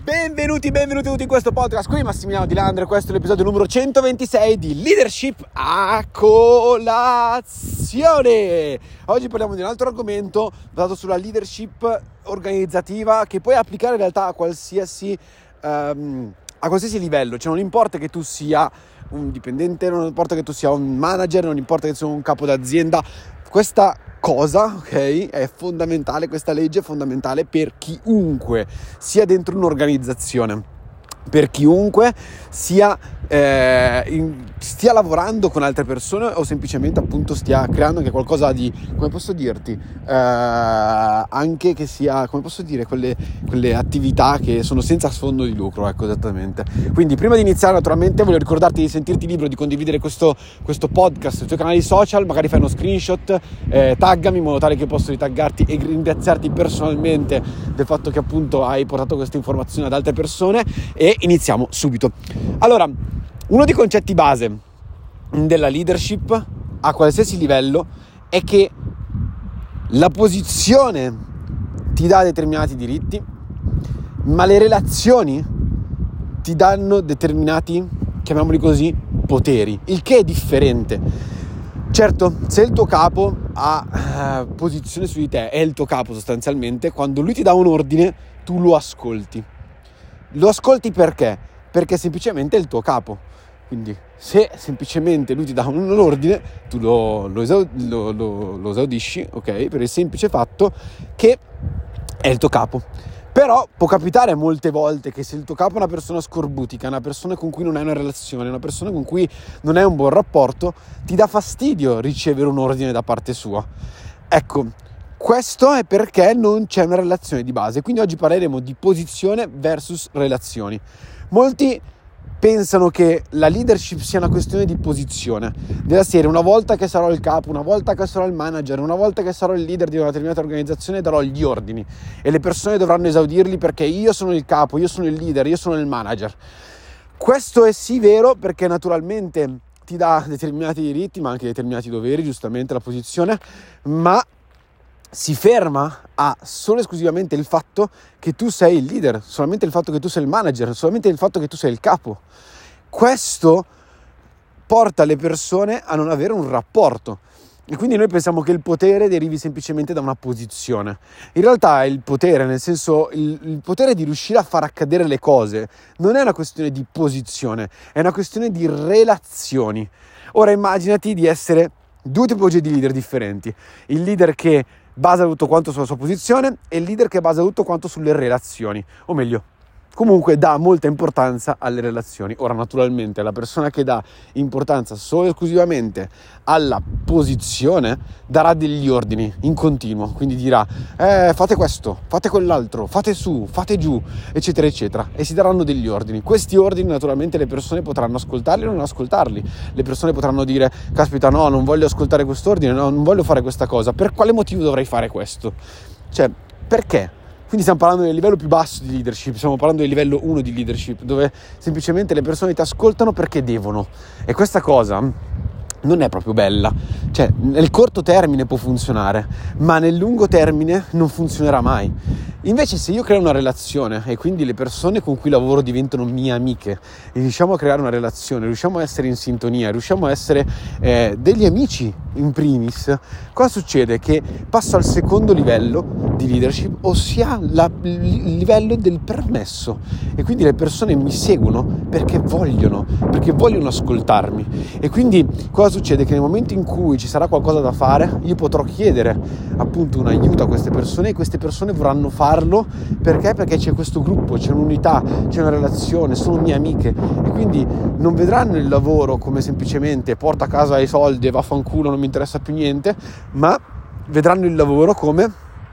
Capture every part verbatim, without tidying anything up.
Benvenuti, benvenuti in questo podcast. Qui Massimiliano Di Landre, questo è l'episodio numero centoventisei di Leadership a colazione. Oggi parliamo di un altro argomento basato sulla leadership organizzativa, che puoi applicare in realtà a qualsiasi, um, a qualsiasi livello. Cioè non importa che tu sia un dipendente, non importa che tu sia un manager, non importa che tu sia un capo d'azienda. Questa cosa, ok, è fondamentale, questa legge è fondamentale per chiunque sia dentro un'organizzazione, per chiunque sia eh, in, stia lavorando con altre persone o semplicemente appunto stia creando anche qualcosa di, come posso dirti, eh, anche che sia, come posso dire, quelle, quelle attività che sono senza sfondo di lucro, ecco, esattamente. Quindi prima di iniziare, naturalmente voglio ricordarti di sentirti libero di condividere questo, questo podcast sui tuoi canali social, magari fai uno screenshot, eh, taggami in modo tale che posso ritaggarti e ringraziarti personalmente del fatto che appunto hai portato queste informazioni ad altre persone. E iniziamo subito. Allora, uno dei concetti base della leadership a qualsiasi livello è che la posizione ti dà determinati diritti, ma le relazioni ti danno determinati, chiamiamoli così, poteri, il che è differente. Certo, se il tuo capo ha eh, posizione su di te, è il tuo capo sostanzialmente, quando lui ti dà un ordine tu lo ascolti. Lo ascolti perché? Perché semplicemente è il tuo capo. Quindi se semplicemente lui ti dà un ordine, tu lo, lo, esaud- lo, lo, lo esaudisci, ok? Per il semplice fatto che è il tuo capo. Però può capitare molte volte che se il tuo capo è una persona scorbutica, una persona con cui non hai una relazione, una persona con cui non hai un buon rapporto, ti dà fastidio ricevere un ordine da parte sua. Ecco, questo è perché non c'è una relazione di base. Quindi oggi parleremo di posizione versus relazioni. Molti pensano che la leadership sia una questione di posizione, della serie: una volta che sarò il capo, una volta che sarò il manager, una volta che sarò il leader di una determinata organizzazione, darò gli ordini e le persone dovranno esaudirli perché io sono il capo, io sono il leader, io sono il manager. Questo è sì vero, perché naturalmente ti dà determinati diritti ma anche determinati doveri, giustamente la posizione, ma si ferma a solo esclusivamente il fatto che tu sei il leader, solamente il fatto che tu sei il manager, solamente il fatto che tu sei il capo. Questo porta le persone a non avere un rapporto e quindi noi pensiamo che il potere derivi semplicemente da una posizione. In realtà il potere, nel senso il, il potere di riuscire a far accadere le cose, non è una questione di posizione, è una questione di relazioni. Ora immaginati di essere due tipologie di leader differenti: il leader che basa tutto quanto sulla sua posizione e il leader che basa tutto quanto sulle relazioni, o meglio, comunque dà molta importanza alle relazioni. Ora, naturalmente, la persona che dà importanza solo e esclusivamente alla posizione darà degli ordini in continuo, quindi dirà eh, fate questo, fate quell'altro, fate su, fate giù, eccetera eccetera, e si daranno degli ordini. Questi ordini naturalmente le persone potranno ascoltarli o non ascoltarli. Le persone potranno dire caspita, no, non voglio ascoltare quest'ordine, no, non voglio fare questa cosa. Per quale motivo dovrei fare questo? Cioè, perché? Quindi stiamo parlando del livello più basso di leadership, stiamo parlando del livello uno di leadership, dove semplicemente le persone ti ascoltano perché devono. E questa cosa non è proprio bella. Cioè, nel corto termine può funzionare, ma nel lungo termine non funzionerà mai. Invece se io creo una relazione e quindi le persone con cui lavoro diventano mie amiche e riusciamo a creare una relazione, riusciamo a essere in sintonia, riusciamo a essere eh, degli amici in primis, cosa succede? Che passo al secondo livello di leadership, ossia la, il livello del permesso, e quindi le persone mi seguono perché vogliono, perché vogliono ascoltarmi. E quindi cosa succede? Che nel momento in cui ci sarà qualcosa da fare, io potrò chiedere appunto un aiuto a queste persone e queste persone vorranno farlo. Perché? Perché c'è questo gruppo, c'è un'unità, c'è una relazione, sono mie amiche, e quindi non vedranno il lavoro come semplicemente porta a casa i soldi e vaffanculo, non mi interessa più niente, ma vedranno il lavoro come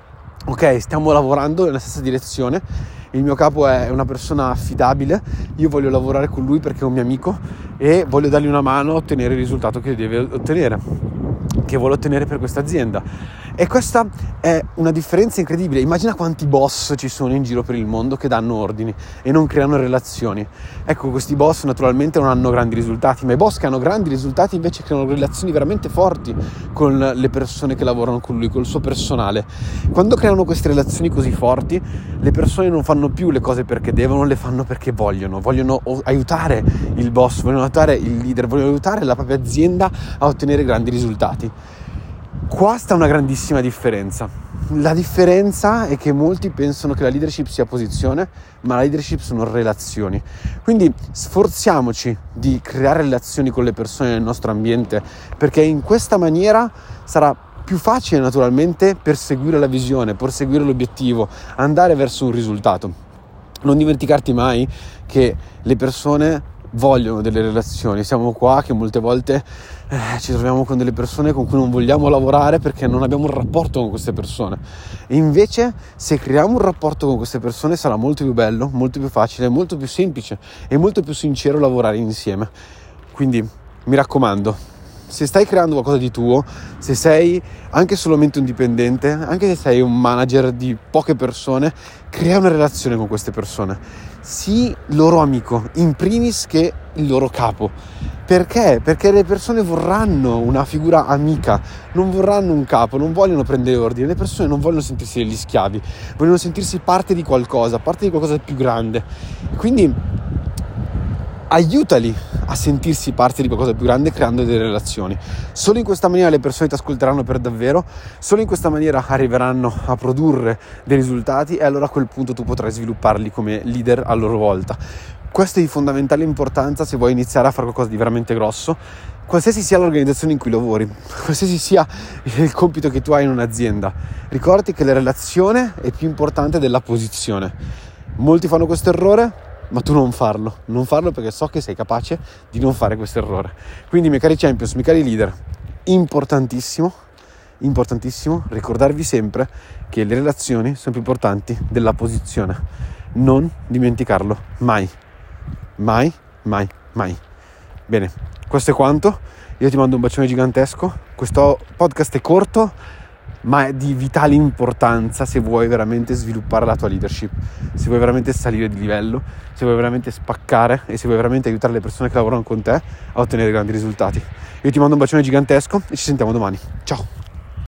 ok, stiamo lavorando nella stessa direzione, il mio capo è una persona affidabile, io voglio lavorare con lui perché è un mio amico e voglio dargli una mano a ottenere il risultato che deve ottenere, che vuole ottenere per questa azienda. E questa è una differenza incredibile. Immagina quanti boss ci sono in giro per il mondo che danno ordini e non creano relazioni. Ecco, questi boss naturalmente non hanno grandi risultati, ma i boss che hanno grandi risultati invece creano relazioni veramente forti con le persone che lavorano con lui, col suo personale. Quando creano queste relazioni così forti, le persone non fanno più le cose perché devono, le fanno perché vogliono. Vogliono aiutare il boss, vogliono aiutare il leader, vogliono aiutare la propria azienda a ottenere grandi risultati. Qua sta una grandissima differenza. La differenza è che molti pensano che la leadership sia posizione, ma la leadership sono relazioni. Quindi sforziamoci di creare relazioni con le persone nel nostro ambiente, perché in questa maniera sarà più facile naturalmente perseguire la visione, perseguire l'obiettivo, andare verso un risultato. Non dimenticarti mai che le persone vogliono delle relazioni. Siamo qua che molte volte eh, ci troviamo con delle persone con cui non vogliamo lavorare perché non abbiamo un rapporto con queste persone, e invece se creiamo un rapporto con queste persone sarà molto più bello, molto più facile, molto più semplice e molto più sincero lavorare insieme. Quindi mi raccomando, se stai creando qualcosa di tuo, se sei anche solamente un dipendente, anche se sei un manager di poche persone, crea una relazione con queste persone. Sii loro amico, in primis che il loro capo. Perché? Perché le persone vorranno una figura amica, non vorranno un capo, non vogliono prendere ordini. Le persone non vogliono sentirsi degli schiavi, vogliono sentirsi parte di qualcosa, parte di qualcosa di più grande. Quindi aiutali a sentirsi parte di qualcosa di più grande creando delle relazioni. Solo in questa maniera le persone ti ascolteranno per davvero, solo in questa maniera arriveranno a produrre dei risultati, e allora a quel punto tu potrai svilupparli come leader a loro volta. Questo è di fondamentale importanza se vuoi iniziare a fare qualcosa di veramente grosso, qualsiasi sia l'organizzazione in cui lavori, qualsiasi sia il compito che tu hai in un'azienda. Ricordati che la relazione è più importante della posizione. Molti fanno questo errore, ma tu non farlo, non farlo perché so che sei capace di non fare questo errore. Quindi, miei cari champions, miei cari leader, importantissimo, importantissimo ricordarvi sempre che le relazioni sono più importanti della posizione. Non dimenticarlo mai, mai, mai, mai. Bene, questo è quanto. Io ti mando un bacione gigantesco. Questo podcast è corto, ma è di vitale importanza se vuoi veramente sviluppare la tua leadership, se vuoi veramente salire di livello, se vuoi veramente spaccare e se vuoi veramente aiutare le persone che lavorano con te a ottenere grandi risultati. Io ti mando un bacione gigantesco e ci sentiamo domani. Ciao!